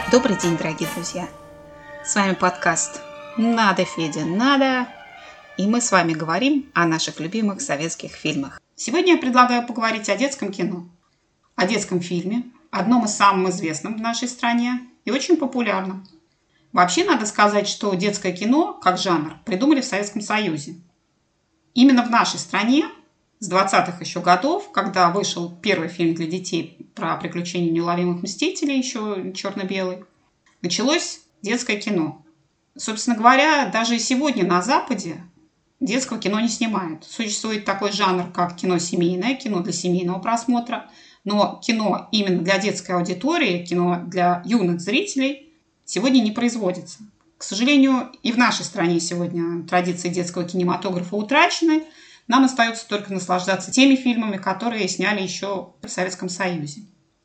Добрый день, дорогие друзья! С вами подкаст «Надо, Федя, надо!» И мы с вами говорим о наших любимых советских фильмах. Сегодня я предлагаю поговорить о детском кино. О детском фильме, одном из самых известных в нашей стране и очень популярном. Вообще, надо сказать, что детское кино, как жанр, придумали в Советском Союзе. Именно в нашей стране с 20-х еще годов, когда вышел первый фильм для детей про приключения неуловимых мстителей, еще черно-белый, началось детское кино. Собственно говоря, даже и сегодня на Западе детского кино не снимают. Существует такой жанр, как кино семейное, кино для семейного просмотра, но кино именно для детской аудитории, кино для юных зрителей сегодня не производится. К сожалению, и в нашей стране сегодня традиции детского кинематографа утрачены. Нам остается только наслаждаться теми фильмами, которые сняли еще в Советском Союзе.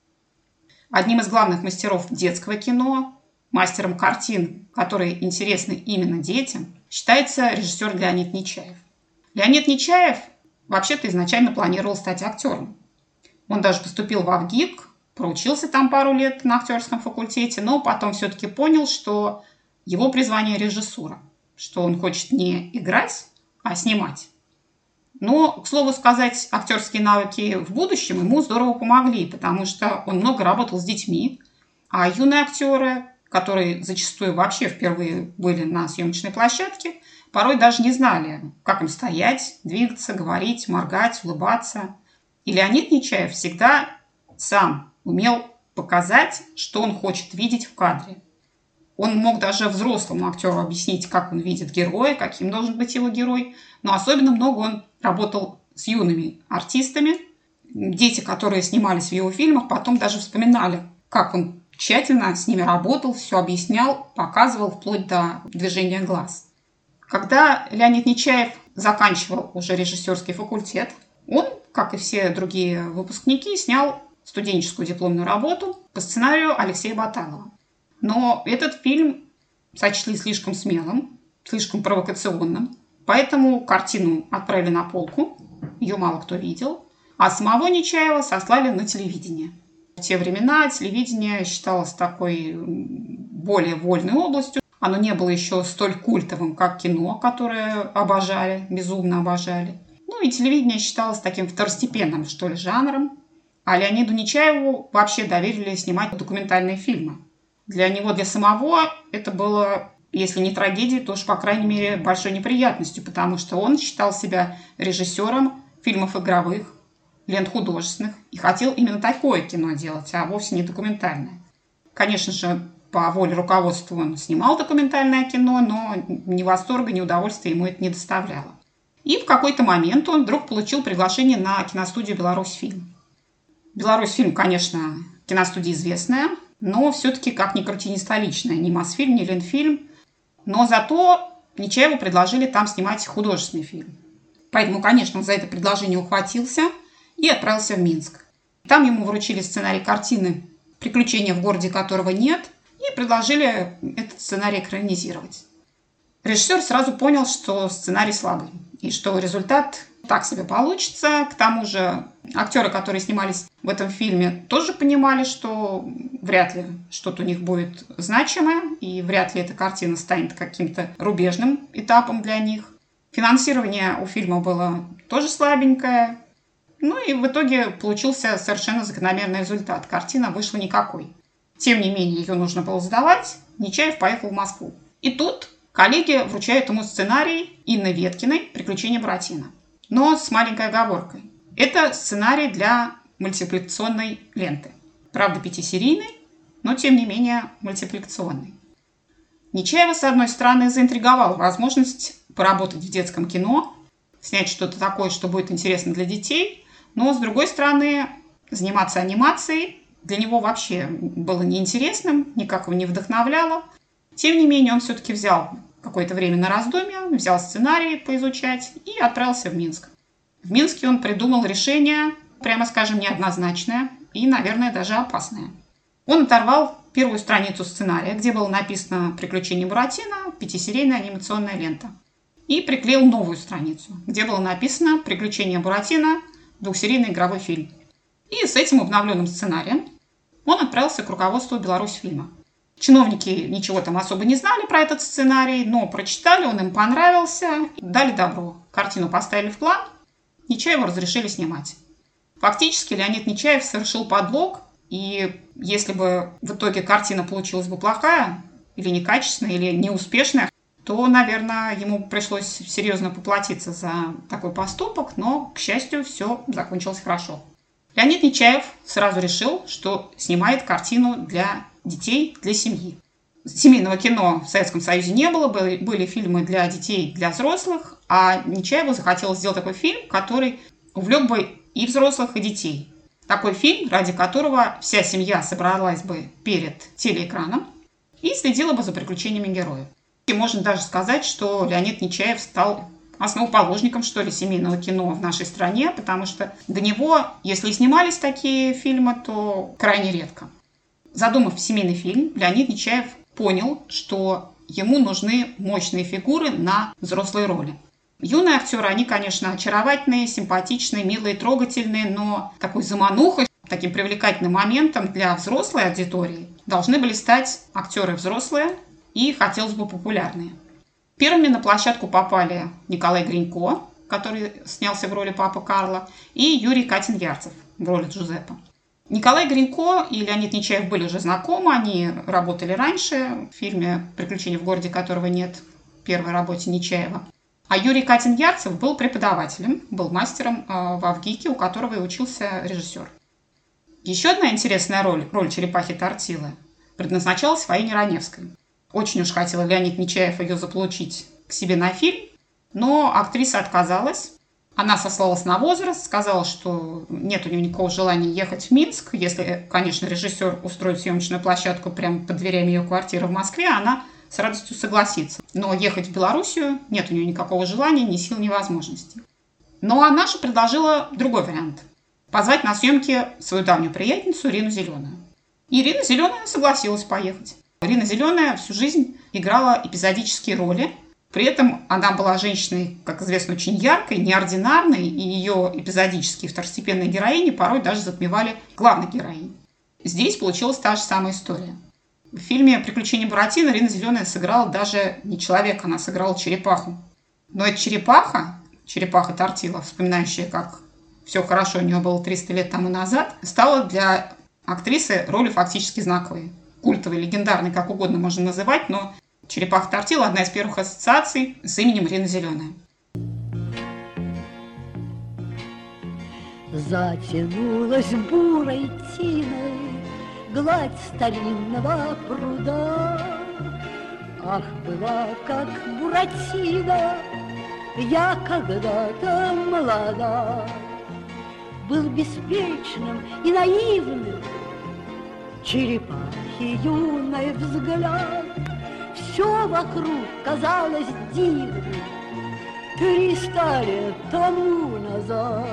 Одним из главных мастеров детского кино, мастером картин, которые интересны именно детям, считается режиссер Леонид Нечаев. Леонид Нечаев вообще-то изначально планировал стать актером. Он даже поступил в ВГИК, проучился там пару лет на актерском факультете, но потом все-таки понял, что его призвание режиссура, что он хочет не играть, а снимать. Но, к слову сказать, актерские навыки в будущем ему здорово помогли, потому что он много работал с детьми, а юные актеры, которые зачастую вообще впервые были на съемочной площадке, порой даже не знали, как им стоять, двигаться, говорить, моргать, улыбаться. И Леонид Нечаев всегда сам умел показать, что он хочет видеть в кадре. Он мог даже взрослому актеру объяснить, как он видит героя, каким должен быть его герой. Но особенно много он работал с юными артистами. Дети, которые снимались в его фильмах, потом даже вспоминали, как он тщательно с ними работал, все объяснял, показывал вплоть до движения глаз. Когда Леонид Нечаев заканчивал уже режиссерский факультет, он, как и все другие выпускники, снял студенческую дипломную работу по сценарию Алексея Баталова. Но этот фильм сочли слишком смелым, слишком провокационным, поэтому картину отправили на полку, ее мало кто видел, а самого Нечаева сослали на телевидение. В те времена телевидение считалось такой более вольной областью. Оно не было еще столь культовым, как кино, которое обожали, безумно обожали. Ну и телевидение считалось таким второстепенным, что ли, жанром. А Леониду Нечаеву вообще доверили снимать документальные фильмы. Для него, для самого, это было, если не трагедией, то уж, по крайней мере, большой неприятностью, потому что он считал себя режиссером фильмов игровых, лент художественных, и хотел именно такое кино делать, а вовсе не документальное. Конечно же, по воле руководства он снимал документальное кино, но ни восторга, ни удовольствия ему это не доставляло. И в какой-то момент он вдруг получил приглашение на киностудию «Беларусьфильм». «Беларусьфильм», конечно, киностудия известная, но все-таки, как ни крути, не столичная, ни Мосфильм, ни Ленфильм. Но зато Нечаеву предложили там снимать художественный фильм. Поэтому, конечно, он за это предложение ухватился и отправился в Минск. Там ему вручили сценарий картины «Приключения в городе, которого нет», и предложили этот сценарий экранизировать. Режиссер сразу понял, что сценарий слабый, и что результат так себе получится. К тому же актеры, которые снимались в этом фильме, тоже понимали, что вряд ли что-то у них будет значимое, и вряд ли эта картина станет каким-то рубежным этапом для них. Финансирование у фильма было тоже слабенькое. Ну и в итоге получился совершенно закономерный результат. Картина вышла никакой. Тем не менее, ее нужно было сдавать. Нечаев поехал в Москву. И тут коллеги вручают ему сценарий Инны Веткиной «Приключения Буратино». Но с маленькой оговоркой. Это сценарий для мультипликационной ленты. Правда, 5-серийный, но тем не менее мультипликационный. Нечаева, с одной стороны, заинтриговала возможность поработать в детском кино, снять что-то такое, что будет интересно для детей, но, с другой стороны, заниматься анимацией для него вообще было неинтересным, никак его не вдохновляло. Тем не менее, он все-таки взял какое-то время на раздумье, взял сценарий поизучать и отправился в Минск. В Минске он придумал решение, прямо скажем, неоднозначное и, наверное, даже опасное. Он оторвал первую страницу сценария, где было написано «Приключения Буратино», 5-серийная анимационная лента. И приклеил новую страницу, где было написано «Приключения Буратино», 2-серийный игровой фильм. И с этим обновленным сценарием он отправился к руководству Беларусьфильма. Чиновники ничего там особо не знали про этот сценарий, но прочитали, он им понравился, дали добро. Картину поставили в план, Нечаеву разрешили снимать. Фактически Леонид Нечаев совершил подлог, и если бы в итоге картина получилась бы плохая, или некачественная, или неуспешная, то, наверное, ему пришлось серьезно поплатиться за такой поступок, но, к счастью, все закончилось хорошо. Леонид Нечаев сразу решил, что снимает картину для детей, для семьи. Семейного кино в Советском Союзе не было, были фильмы для детей, для взрослых, а Нечаеву захотелось сделать такой фильм, который увлек бы и взрослых, и детей. Такой фильм, ради которого вся семья собралась бы перед телеэкраном и следила бы за приключениями героев. И можно даже сказать, что Леонид Нечаев стал основоположником, что ли, семейного кино в нашей стране, потому что до него, если и снимались такие фильмы, то крайне редко. Задумав семейный фильм, Леонид Нечаев понял, что ему нужны мощные фигуры на взрослые роли. Юные актеры, они, конечно, очаровательные, симпатичные, милые, трогательные, но такой заманухой, таким привлекательным моментом для взрослой аудитории должны были стать актеры взрослые и, хотелось бы, популярные. Первыми на площадку попали Николай Гринько, который снялся в роли папы Карла, и Юрий Катин-Ярцев в роли Джузеппе. Николай Гринько и Леонид Нечаев были уже знакомы, они работали раньше в фильме «Приключения в городе, которого нет», первой работе Нечаева. А Юрий Катин-Ярцев был преподавателем, был мастером в Авгике, у которого и учился режиссер. Еще одна интересная роль черепахи Тортилы, предназначалась Фаине Раневской. Очень уж хотел Леонид Нечаев ее заполучить к себе на фильм, но актриса отказалась. Она сослалась на возраст, сказала, что нет у нее никакого желания ехать в Минск. Если, конечно, режиссер устроит съемочную площадку прямо под дверями ее квартиры в Москве, она с радостью согласится. Но ехать в Белоруссию нет у нее никакого желания, ни сил, ни возможностей. Но она же предложила другой вариант. Позвать на съемки свою давнюю приятельницу Рину Зеленую. И Ирина Зеленая согласилась поехать. Рина Зеленая всю жизнь играла эпизодические роли. При этом она была женщиной, как известно, очень яркой, неординарной, и ее эпизодические второстепенные героини порой даже затмевали главных героинь. Здесь получилась та же самая история. В фильме «Приключения Буратино» Рина Зеленая сыграла даже не человека, она сыграла черепаху. Но эта черепаха Тортила, вспоминающая, как все хорошо у нее было 300 лет тому назад, стала для актрисы ролью фактически знаковой. Культовой, легендарной, как угодно можно называть, но черепаха Тортила – одна из первых ассоциаций с именем Рина Зеленая. Затянулась бурой тиной гладь старинного пруда. Ах, была как Буратино, я когда-то молода, был беспечным и наивным, черепахи юный взгляд, все вокруг казалось дивным 300 лет тому назад.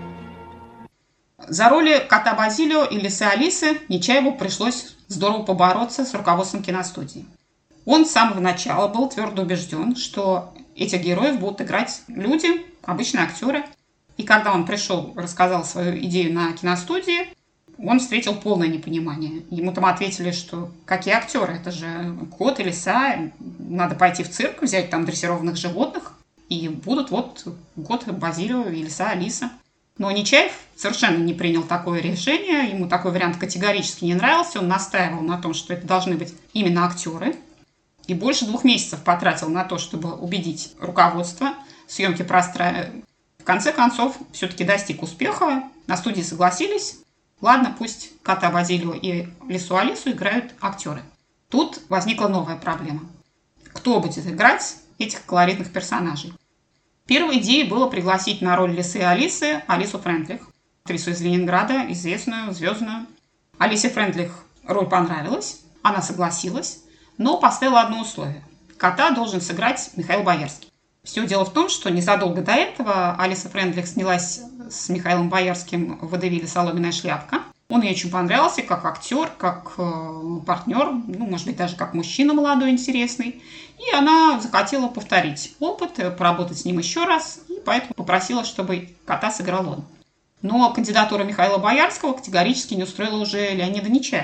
За роли кота Базилио и лисы Алисы Нечаеву пришлось здорово побороться с руководством киностудии. Он с самого начала был твердо убежден, что этих героев будут играть люди, обычные актеры. И когда он пришел, рассказал свою идею на киностудии, он встретил полное непонимание. Ему там ответили, что какие актеры, это же кот и лиса, надо пойти в цирк, взять там дрессированных животных, и будут вот кот Базилио и лиса Алиса. Но Нечаев совершенно не принял такое решение, ему такой вариант категорически не нравился, он настаивал на том, что это должны быть именно актеры, и больше 2 месяцев потратил на то, чтобы убедить руководство, съемки простраивали. В конце концов, все-таки достиг успеха, на студии согласились, ладно, пусть кота Базилио и лису Алису играют актеры. Тут возникла новая проблема. Кто будет играть этих колоритных персонажей? Первой идеей было пригласить на роль лисы Алисы Алису Френдлих, актрису из Ленинграда, известную, звездную. Алисе Френдлих роль понравилась, она согласилась, но поставила одно условие. Кота должен сыграть Михаил Боярский. Все дело в том, что незадолго до этого Алиса Френдлих снялась с Михаилом Боярским в «Водевиле «Соломенная шляпка». Он ей очень понравился как актер, как партнер, может быть, даже как мужчина молодой, интересный. И она захотела повторить опыт, поработать с ним еще раз, и поэтому попросила, чтобы кота сыграл он. Но кандидатура Михаила Боярского категорически не устроила уже Леонида Нечаева.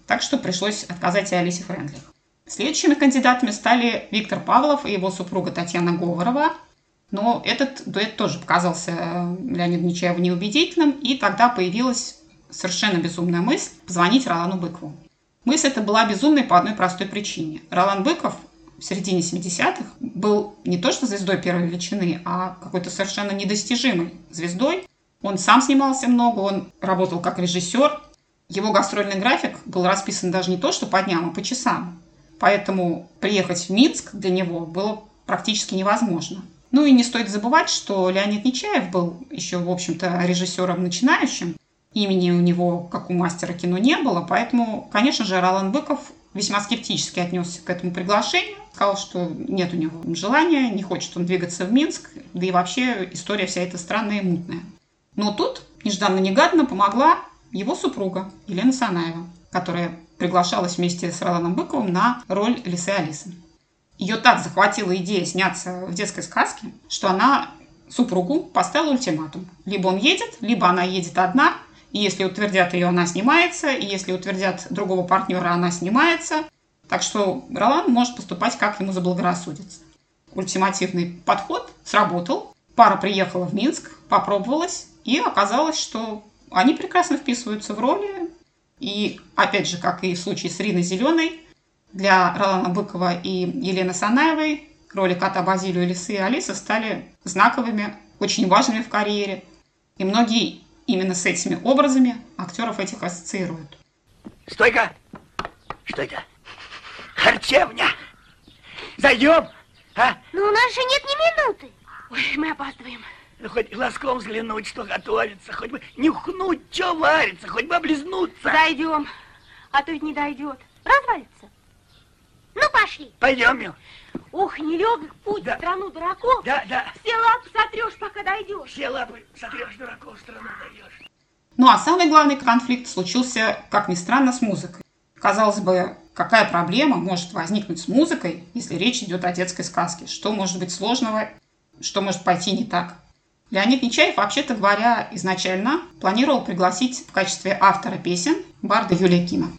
Так что пришлось отказать и Алисе Френдлих. Следующими кандидатами стали Виктор Павлов и его супруга Татьяна Говорова. Но этот дуэт тоже показался Леониду Нечаеву неубедительным, и тогда появилась совершенно безумная мысль позвонить Ролану Быкову. Мысль эта была безумной по одной простой причине. Ролан Быков в середине 70-х был не то что звездой первой величины, а какой-то совершенно недостижимой звездой. Он сам снимался много, он работал как режиссер. Его гастрольный график был расписан даже не то что по дням, а по часам. Поэтому приехать в Минск для него было практически невозможно. Ну и не стоит забывать, что Леонид Нечаев был еще, в общем-то, режиссером начинающим. Имени у него, как у мастера кино, не было, поэтому, конечно же, Ролан Быков весьма скептически отнесся к этому приглашению. Сказал, что нет у него желания, не хочет он двигаться в Минск, да и вообще история вся эта странная и мутная. Но тут нежданно-негаданно помогла его супруга Елена Санаева, которая приглашалась вместе с Роланом Быковым на роль Лисы Алисы. Ее так захватила идея сняться в детской сказке, что она супругу поставила ультиматум. Либо он едет, либо она едет одна, и если утвердят ее, она снимается, и если утвердят другого партнера, она снимается. Так что Ролан может поступать, как ему заблагорассудится. Ультимативный подход сработал. Пара приехала в Минск, попробовалась, и оказалось, что они прекрасно вписываются в роли. И опять же, как и в случае с Риной Зеленой, для Ролана Быкова и Елены Санаевой роли кота Базилио, Лисы и Алисы стали знаковыми, очень важными в карьере. И многие именно с этими образами актеров этих ассоциируют. Стойка! Что это? Харчевня! Зайдем, а? Но у нас же нет ни минуты. Ой, мы опаздываем. Ну, хоть глазком взглянуть, что готовится, хоть бы нюхнуть, что варится, хоть бы облизнуться. Зайдем, а то ведь не дойдет. Развалится. Ну, пошли. Пойдем, Мил. Ох, нелегок путь в страну дураков. Да. Все лапы сотрешь, пока дойдешь. Все лапы сотрешь, дураков, в страну даешь. Ну а самый главный конфликт случился, как ни странно, с музыкой. Казалось бы, какая проблема может возникнуть с музыкой, если речь идет о детской сказке? Что может быть сложного, что может пойти не так? Леонид Нечаев, вообще-то говоря, изначально планировал пригласить в качестве автора песен барда Юлия Кима.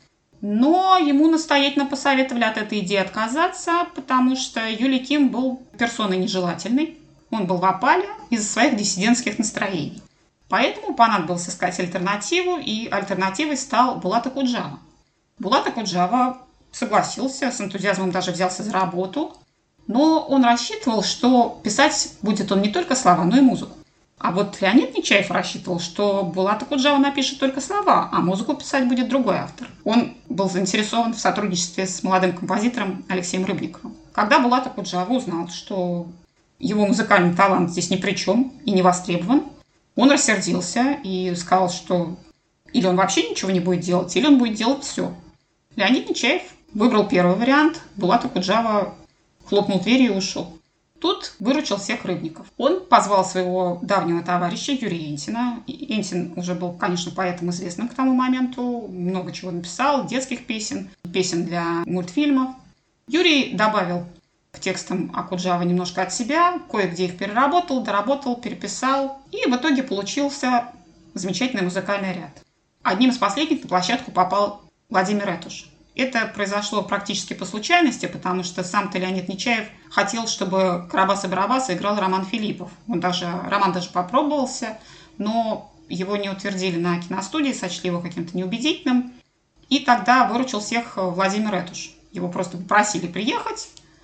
Но ему настоятельно посоветовали от этой идеи отказаться, потому что Юлий Ким был персоной нежелательной. Он был в опале из-за своих диссидентских настроений. Поэтому понадобилось искать альтернативу, и альтернативой стал Булат Акуджава. Булат Акуджава согласился, с энтузиазмом даже взялся за работу, но он рассчитывал, что писать будет он не только слова, но и музыку. А вот Леонид Нечаев рассчитывал, что Булат Акуджава напишет только слова, а музыку писать будет другой автор. Он был заинтересован в сотрудничестве с молодым композитором Алексеем Рыбниковым. Когда Булат Акуджава узнал, что его музыкальный талант здесь ни при чем и не востребован, он рассердился и сказал, что или он вообще ничего не будет делать, или он будет делать все. Леонид Нечаев выбрал первый вариант, Булат Акуджава хлопнул дверью и ушел. Тут выручил всех Рыбников. Он позвал своего давнего товарища Юрия Энтина. Энтин уже был, конечно, поэтом известным к тому моменту. Много чего написал, детских песен, песен для мультфильмов. Юрий добавил к текстам Акуджавы немножко от себя, кое-где их переработал, доработал, переписал. И в итоге получился замечательный музыкальный ряд. Одним из последних на площадку попал Владимир Этуш. Это произошло практически по случайности, потому что сам-то Леонид Нечаев хотел, чтобы Карабаса-Барабаса играл Роман Филиппов. Роман даже попробовался, но его не утвердили на киностудии, сочли его каким-то неубедительным. И тогда выручил всех Владимир Этуш. Его просто попросили приехать,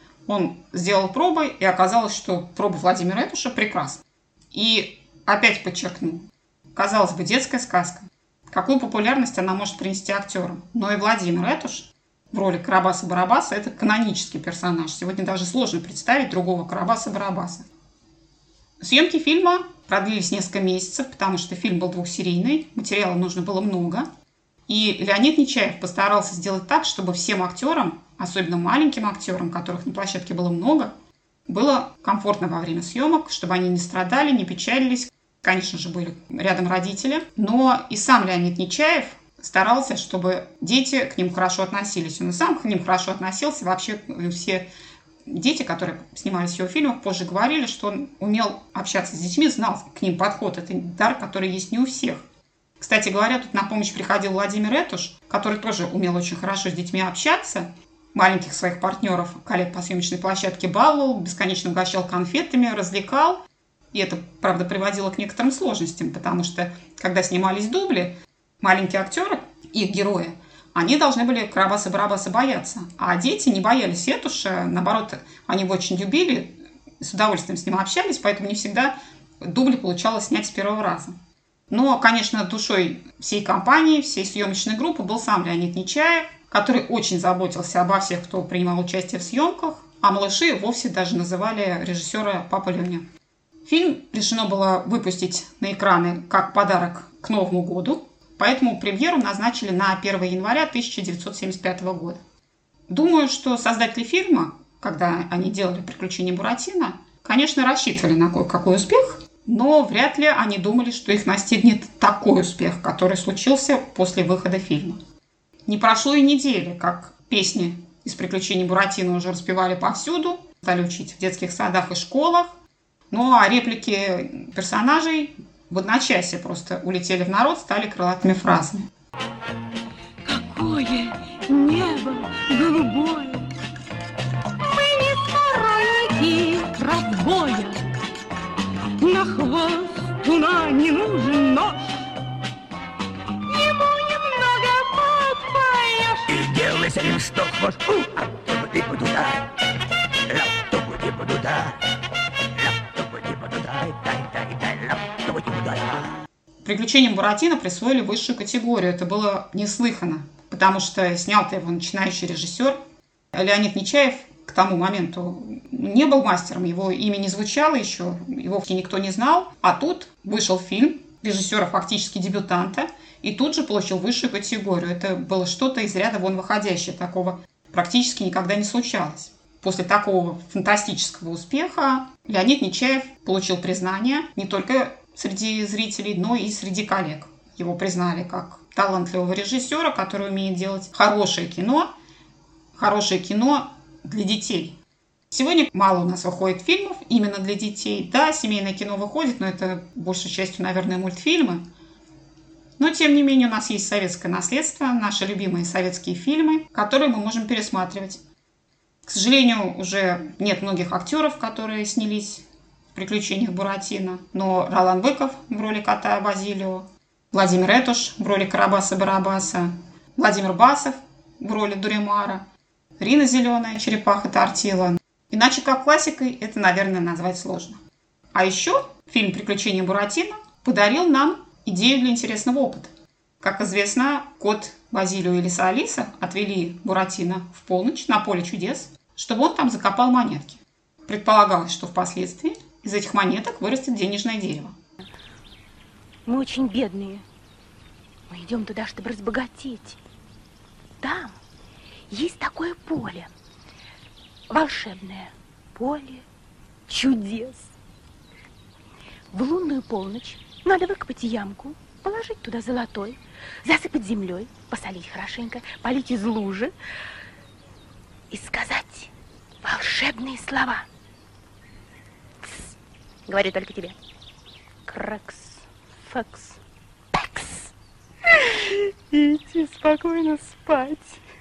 он сделал пробы, и оказалось, что проба Владимира Этуша прекрасна. И опять подчеркну, казалось бы, детская сказка. Какую популярность она может принести актерам. Но и Владимир Этуш в роли Карабаса-Барабаса – это канонический персонаж. Сегодня даже сложно представить другого Карабаса-Барабаса. Съемки фильма продлились несколько месяцев, потому что фильм был двухсерийный, материала нужно было много. И Леонид Нечаев постарался сделать так, чтобы всем актерам, особенно маленьким актерам, которых на площадке было много, было комфортно во время съемок, чтобы они не страдали, не печалились. Конечно же, были рядом родители, но и сам Леонид Нечаев старался, чтобы дети к ним хорошо относились. Он и сам к ним хорошо относился. Вообще все дети, которые снимались в его фильмах, позже говорили, что он умел общаться с детьми, знал к ним подход. Это дар, который есть не у всех. Кстати говоря, тут на помощь приходил Владимир Этуш, который тоже умел очень хорошо с детьми общаться. Маленьких своих партнеров, коллег по съемочной площадке баловал, бесконечно угощал конфетами, развлекал. И это, правда, приводило к некоторым сложностям, потому что, когда снимались дубли, маленькие актеры, их герои, они должны были Карабаса-Барабаса бояться. А дети не боялись Этуша, наоборот, они его очень любили, с удовольствием с ним общались, поэтому не всегда дубли получалось снять с первого раза. Но, конечно, душой всей компании, всей съемочной группы был сам Леонид Нечаев, который очень заботился обо всех, кто принимал участие в съемках, а малыши вовсе даже называли режиссера «Папа Леня». Фильм решено было выпустить на экраны как подарок к Новому году, поэтому премьеру назначили на 1 января 1975 года. Думаю, что создатели фильма, когда они делали «Приключения Буратино», конечно, рассчитывали на кое-какой успех, но вряд ли они думали, что их настигнет такой успех, который случился после выхода фильма. Не прошло и недели, как песни из «Приключений Буратино» уже распевали повсюду, стали учить в детских садах и школах, ну а реплики персонажей в одночасье просто улетели в народ, стали крылатыми фразами. Какое небо голубое! Мы не сторонники разбоя. На хвост туна не нужен нож. Ему немного подпоешь. И делай с ним что хочешь. «Приключениям Буратино» присвоили высшую категорию. Это было неслыханно, потому что снял-то его начинающий режиссер. Леонид Нечаев к тому моменту не был мастером, его имя не звучало еще, его никто не знал. А тут вышел фильм режиссера фактически дебютанта и тут же получил высшую категорию. Это было что-то из ряда вон выходящее, такого практически никогда не случалось. После такого фантастического успеха Леонид Нечаев получил признание не только среди зрителей, но и среди коллег. Его признали как талантливого режиссера, который умеет делать хорошее кино для детей. Сегодня мало у нас выходит фильмов именно для детей. Да, семейное кино выходит, но это большей частью, наверное, мультфильмы. Но, тем не менее, у нас есть советское наследство, наши любимые советские фильмы, которые мы можем пересматривать. К сожалению, уже нет многих актеров, которые снялись в «Приключениях Буратино», но Ролан Быков в роли кота Базилио, Владимир Этуш в роли Карабаса-Барабаса, Владимир Басов в роли Дуримара, Рина Зеленая, черепаха Тортила. Иначе как классикой это, наверное, назвать сложно. А еще фильм «Приключения Буратино» подарил нам идею для интересного опыта. Как известно, кот Базилио и лиса Алиса отвели Буратино в полночь на поле чудес, чтобы он там закопал монетки. Предполагалось, что впоследствии из этих монеток вырастет денежное дерево. Мы очень бедные. Мы идем туда, чтобы разбогатеть. Там есть такое поле. Волшебное поле чудес. В лунную полночь надо выкопать ямку, положить туда золотой, засыпать землей, посолить хорошенько, полить из лужи и сказать волшебные слова. Тс, говорю только тебе. Кракс, факс, пекс. И идти спокойно спать.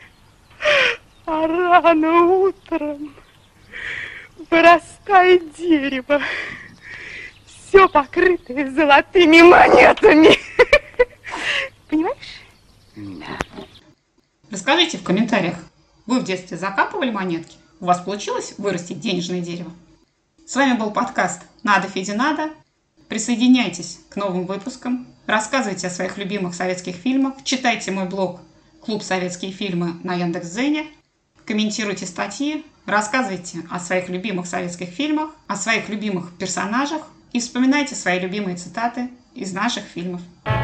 А рано утром вырастает дерево, все покрытое золотыми монетами. Понимаешь? Да. Расскажите в комментариях, вы в детстве закапывали монетки? У вас получилось вырастить денежное дерево? С вами был подкаст «Надо, Федя, надо». Присоединяйтесь к новым выпускам, рассказывайте о своих любимых советских фильмах, читайте мой блог «Клуб Советские фильмы» на Яндекс.Дзене, комментируйте статьи, рассказывайте о своих любимых советских фильмах, о своих любимых персонажах и вспоминайте свои любимые цитаты из наших фильмов.